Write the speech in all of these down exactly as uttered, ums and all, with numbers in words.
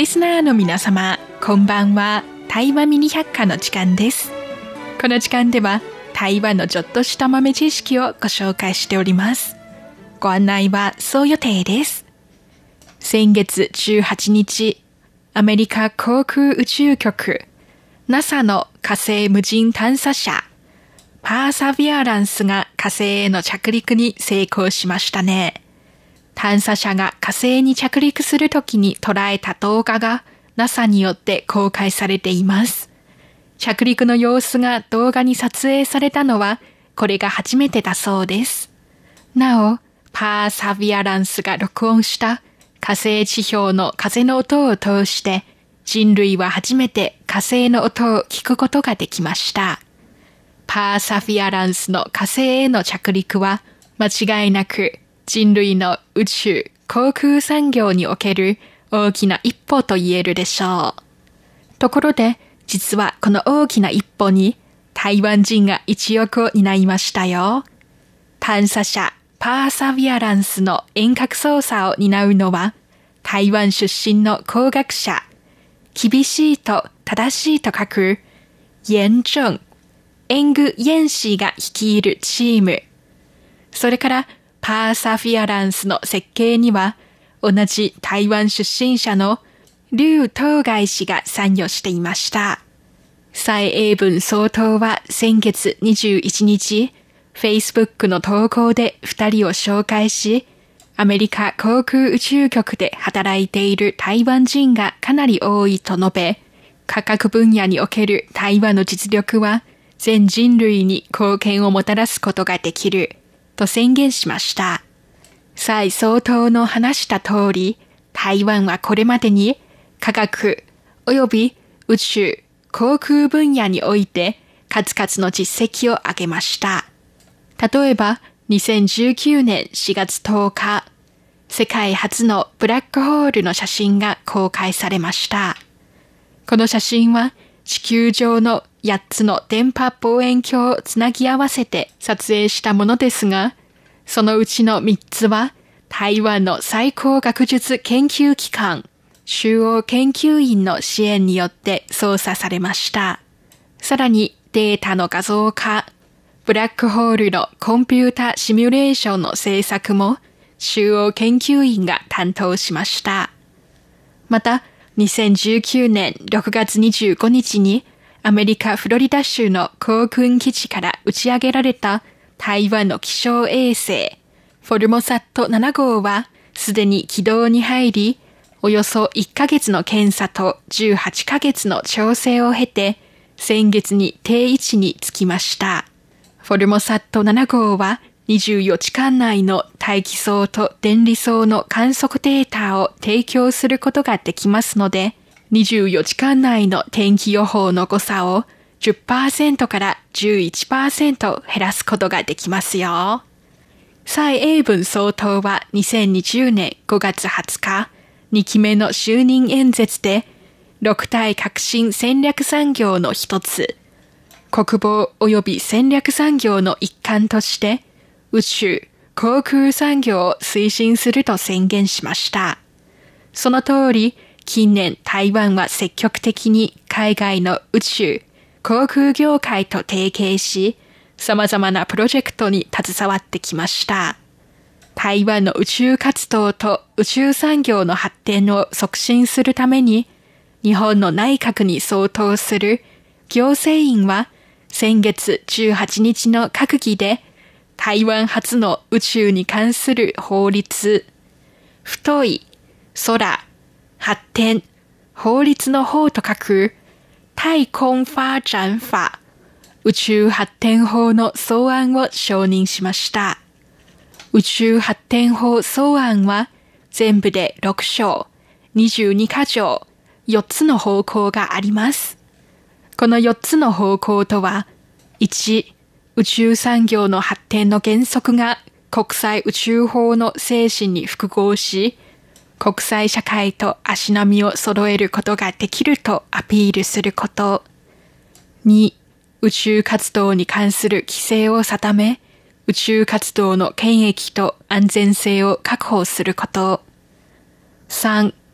リスナーの皆様、こんばんは。台湾ミニ百科の時間です。この時間では台湾のちょっとした豆知識をご紹介しております。ご案内はそう予定です。先月じゅうはちにち、アメリカ航空宇宙局 ナサ の火星無人探査車パーサビアランスが火星への着陸に成功しましたね。探査車が火星に着陸するときに捉えた動画が ナサ によって公開されています。着陸の様子が動画に撮影されたのはこれが初めてだそうです。なお、パーサビアランスが録音した火星地表の風の音を通して人類は初めて火星の音を聞くことができました。パーサビアランスの火星への着陸は間違いなく人類の宇宙航空産業における大きな一歩と言えるでしょう。ところで、実はこの大きな一歩に台湾人が一翼を担いましたよ。探査車パーサビアランスの遠隔操作を担うのは台湾出身の工学者、厳しいと正しいと書く严正、延具延氏が率いるチーム。それからパーサフィアランスの設計には同じ台湾出身者の劉東海氏が参与していました。蔡英文総統は先月にじゅういちにち、Facebook の投稿で二人を紹介し、アメリカ航空宇宙局で働いている台湾人がかなり多いと述べ、科学分野における台湾の実力は全人類に貢献をもたらすことができると宣言しました。蔡総統の話した通り、台湾はこれまでに科学及び宇宙、航空分野において数々の実績を上げました。例えば、にせんじゅうきゅうねんしがつとおか、世界初のブラックホールの写真が公開されました。この写真は地球上のやっつの電波望遠鏡をつなぎ合わせて撮影したものですが、そのうちのみっつは台湾の最高学術研究機関、中央研究院の支援によって操作されました。さらにデータの画像化、ブラックホールのコンピュータシミュレーションの制作も中央研究院が担当しました。また、にせんじゅうきゅうねんろくがつにじゅうごにちにアメリカ・フロリダ州の航空基地から打ち上げられた台湾の気象衛星フォルモサットななごうはすでに軌道に入り、およそいっかげつの検査とじゅうはちかげつの調整を経て先月に定位置につきました。フォルモサットななごうはにじゅうよじかん内の大気層と電離層の観測データを提供することができますので、にじゅうよじかん内の天気予報の誤差を じゅっパーセント から じゅういちパーセント 減らすことができますよ。蔡英文総統はにせんにじゅうねんごがつはつか、にきめの就任演説で、ろく大革新戦略産業の一つ、国防及び戦略産業の一環として、宇宙、航空産業を推進すると宣言しました。その通り、近年台湾は積極的に海外の宇宙、航空業界と提携し、様々なプロジェクトに携わってきました。台湾の宇宙活動と宇宙産業の発展を促進するために、日本の内閣に相当する行政院は先月じゅうはちにちの閣議で、台湾初の宇宙に関する法律、太い、空、発展、法律の法と書く、太空發展法、宇宙発展法の草案を承認しました。宇宙発展法草案は全部でろくしょう、にじゅうにかじょう、よっつの方向があります。このよっつの方向とは、いち、宇宙産業の発展の原則が国際宇宙法の精神に複合し、国際社会と足並みを揃えることができるとアピールすること。に、宇宙活動に関する規制を定め、宇宙活動の権益と安全性を確保すること。さん、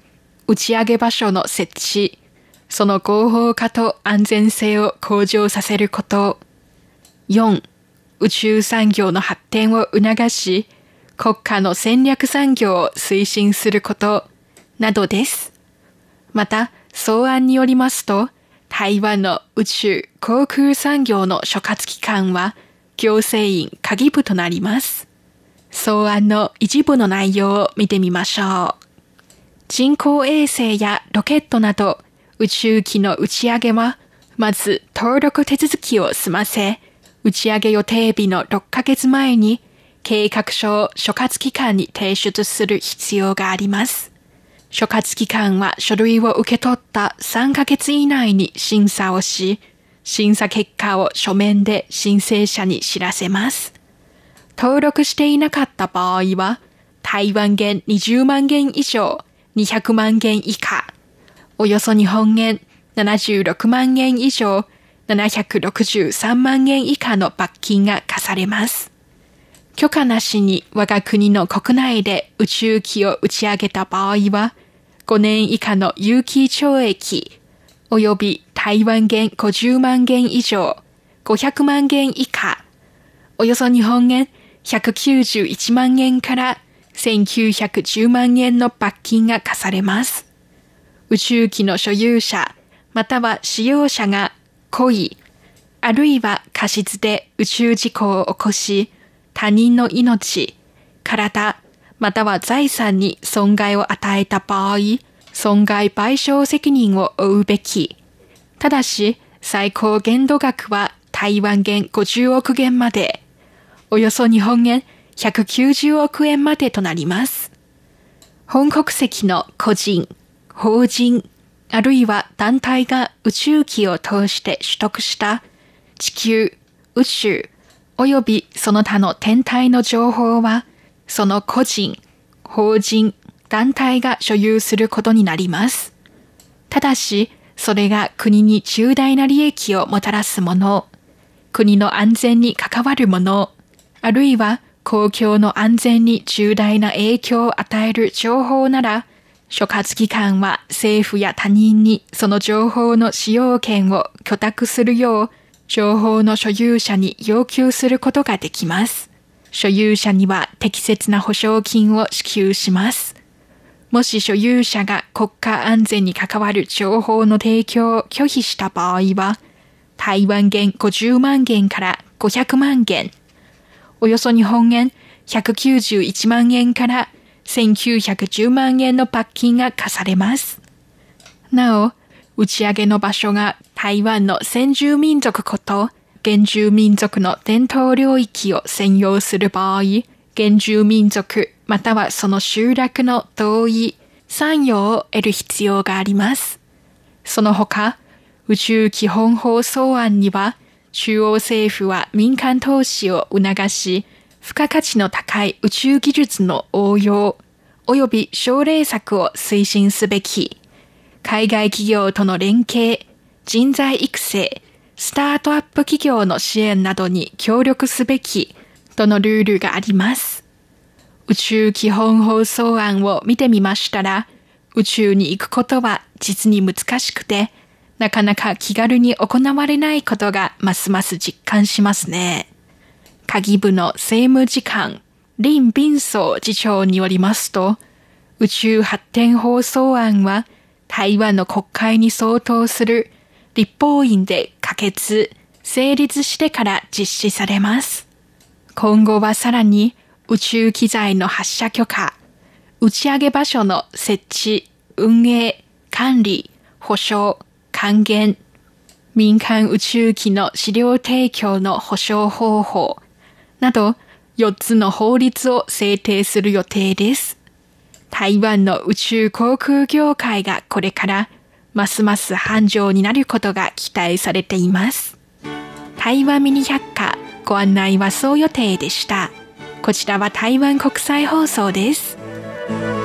打ち上げ場所の設置、その合法化と安全性を向上させること。よん、宇宙産業の発展を促し、国家の戦略産業を推進することなどです。また、草案によりますと、台湾の宇宙航空産業の所轄機関は行政院鍵部となります。草案の一部の内容を見てみましょう。人工衛星やロケットなど宇宙機の打ち上げは、まず登録手続きを済ませ、打ち上げ予定日のろっかげつまえに計画書を所轄機関に提出する必要があります。所轄機関は書類を受け取ったさんかげつ以内に審査をし、審査結果を書面で申請者に知らせます。登録していなかった場合は、台湾元にじゅうまんげん以上、にひゃくまんげん以下、およそ日本円ななじゅうろくまんげん以上、ななひゃくろくじゅうさんまんげん以下の罰金が課されます。許可なしに我が国の国内で宇宙機を打ち上げた場合は、ごねん以下の有期懲役、および台湾元ごじゅうまんげん以上、ごひゃくまんげん以下、およそ日本円ひゃくきゅうじゅういちまんげんからせんきゅうひゃくじゅうまんえんの罰金が課されます。宇宙機の所有者、または使用者が故意、あるいは過失で宇宙事故を起こし、他人の命、体、または財産に損害を与えた場合、損害賠償責任を負うべき。ただし、最高限度額は台湾元ごじゅうおくげんまで、およそ日本円ひゃくきゅうじゅうおくえんまでとなります。本国籍の個人、法人、あるいは団体が宇宙機を通して取得した地球、宇宙、およびその他の天体の情報は、その個人、法人、団体が所有することになります。ただし、それが国に重大な利益をもたらすもの、国の安全に関わるもの、あるいは公共の安全に重大な影響を与える情報なら、所轄機関は政府や他人にその情報の使用権を許諾するよう、情報の所有者に要求することができます。所有者には適切な保証金を支給します。もし所有者が国家安全に関わる情報の提供を拒否した場合は、台湾元ごじゅうまんげんからごひゃくまんげん、およそ日本円ひゃくきゅうじゅういちまんえんからせんきゅうひゃくじゅうまんえんの罰金が課されます。なお、打ち上げの場所が台湾の先住民族こと原住民族の伝統領域を占用する場合、原住民族またはその集落の同意、参与を得る必要があります。その他、宇宙基本法草案には、中央政府は民間投資を促し、付加価値の高い宇宙技術の応用、及び奨励策を推進すべき、海外企業との連携、人材育成、スタートアップ企業の支援などに協力すべき、とのルールがあります。宇宙基本法草案を見てみましたら、宇宙に行くことは実に難しくて、なかなか気軽に行われないことがますます実感しますね。鍵部の政務次官、林斌宗次長によりますと、宇宙発展法草案は台湾の国会に相当する立法院で可決、成立してから実施されます。今後はさらに宇宙機材の発射許可、打ち上げ場所の設置、運営、管理、保証、還元、民間宇宙機の資料提供の保証方法などよっつの法律を制定する予定です。台湾の宇宙航空業界がこれからますます繁盛になることが期待されています。台湾ミニ百科ご案内はそう予定でした。こちらは台湾国際放送です。